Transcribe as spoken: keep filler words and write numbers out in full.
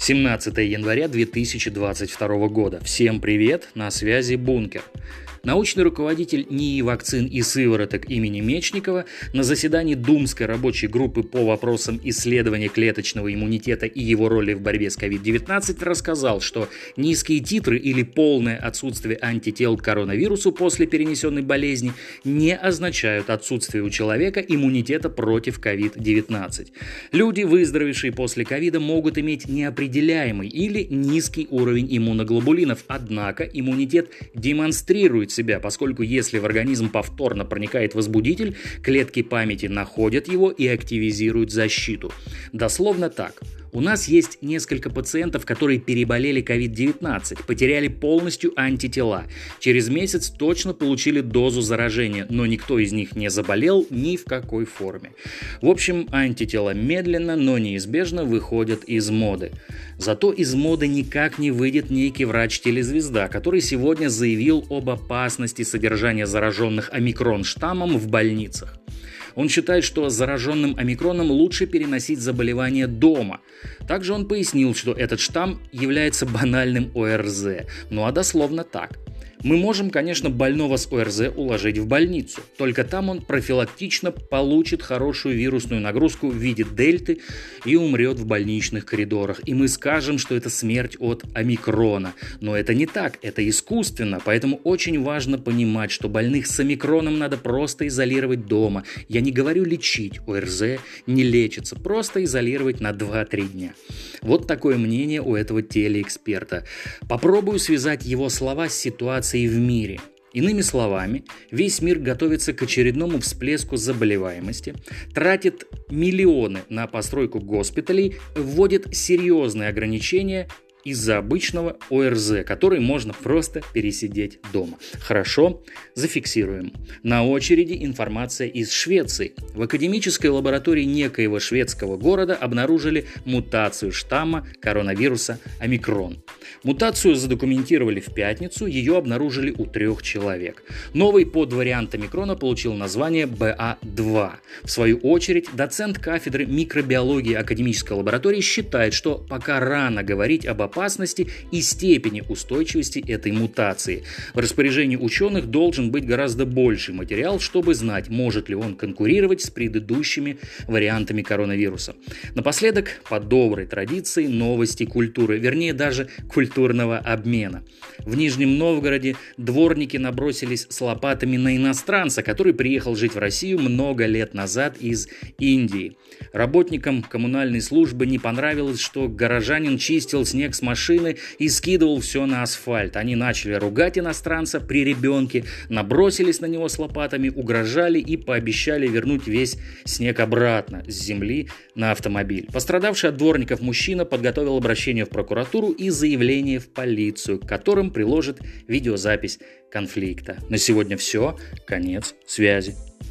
семнадцатое января две тысячи двадцать второго года. Всем привет, на связи Бункер. Научный руководитель НИИ вакцин и сывороток имени Мечникова на заседании Думской рабочей группы по вопросам исследования клеточного иммунитета и его роли в борьбе с ковид девятнадцать рассказал, что низкие титры или полное отсутствие антител к коронавирусу после перенесенной болезни не означают отсутствие у человека иммунитета против ковид девятнадцать. Люди, выздоровевшие после ковида, могут иметь неопределяемый или низкий уровень иммуноглобулинов, однако иммунитет демонстрирует себя, поскольку если в организм повторно проникает возбудитель, клетки памяти находят его и активизируют защиту. Дословно так. У нас есть несколько пациентов, которые переболели ковид девятнадцать, потеряли полностью антитела. Через месяц точно получили дозу заражения, но никто из них не заболел ни в какой форме. В общем, антитела медленно, но неизбежно выходят из моды. Зато из моды никак не выйдет некий врач-телезвезда, который сегодня заявил об опасности содержания зараженных омикрон-штаммом в больницах. Он считает, что зараженным омикроном лучше переносить заболевание дома. Также он пояснил, что этот штамм является банальным ОРЗ. Ну а дословно так. Мы можем, конечно, больного с ОРЗ уложить в больницу, только там он профилактично получит хорошую вирусную нагрузку в виде дельты и умрет в больничных коридорах. И мы скажем, что это смерть от омикрона. Но это не так, это искусственно, поэтому очень важно понимать, что больных с омикроном надо просто изолировать дома. Я не говорю лечить, ОРЗ не лечится, просто изолировать на два-три дня. Вот такое мнение у этого телеэксперта. Попробую связать его слова с ситуацией в мире. Иными словами, весь мир готовится к очередному всплеску заболеваемости, тратит миллионы на постройку госпиталей, вводит серьезные ограничения из-за обычного ОРЗ, который можно просто пересидеть дома. Хорошо, зафиксируем. На очереди информация из Швеции. В академической лаборатории некоего шведского города обнаружили мутацию штамма коронавируса омикрон. Мутацию задокументировали в пятницу, ее обнаружили у трех человек. Новый подвариант омикрона получил название бэ а два. В свою очередь, доцент кафедры микробиологии академической лаборатории считает, что пока рано говорить об опасности и степени устойчивости этой мутации. В распоряжении ученых должен быть гораздо больший материал, чтобы знать, может ли он конкурировать с предыдущими вариантами коронавируса. Напоследок, по доброй традиции, новости культуры, вернее даже культурного обмена. В Нижнем Новгороде дворники набросились с лопатами на иностранца, который приехал жить в Россию много лет назад из Индии. Работникам коммунальной службы не понравилось, что горожанин чистил снег с машины и скидывал все на асфальт. Они начали ругать иностранца при ребенке, набросились на него с лопатами, угрожали и пообещали вернуть весь снег обратно с земли на автомобиль. Пострадавший от дворников мужчина подготовил обращение в прокуратуру и заявление в полицию, к которым приложит видеозапись конфликта. На сегодня все. Конец связи.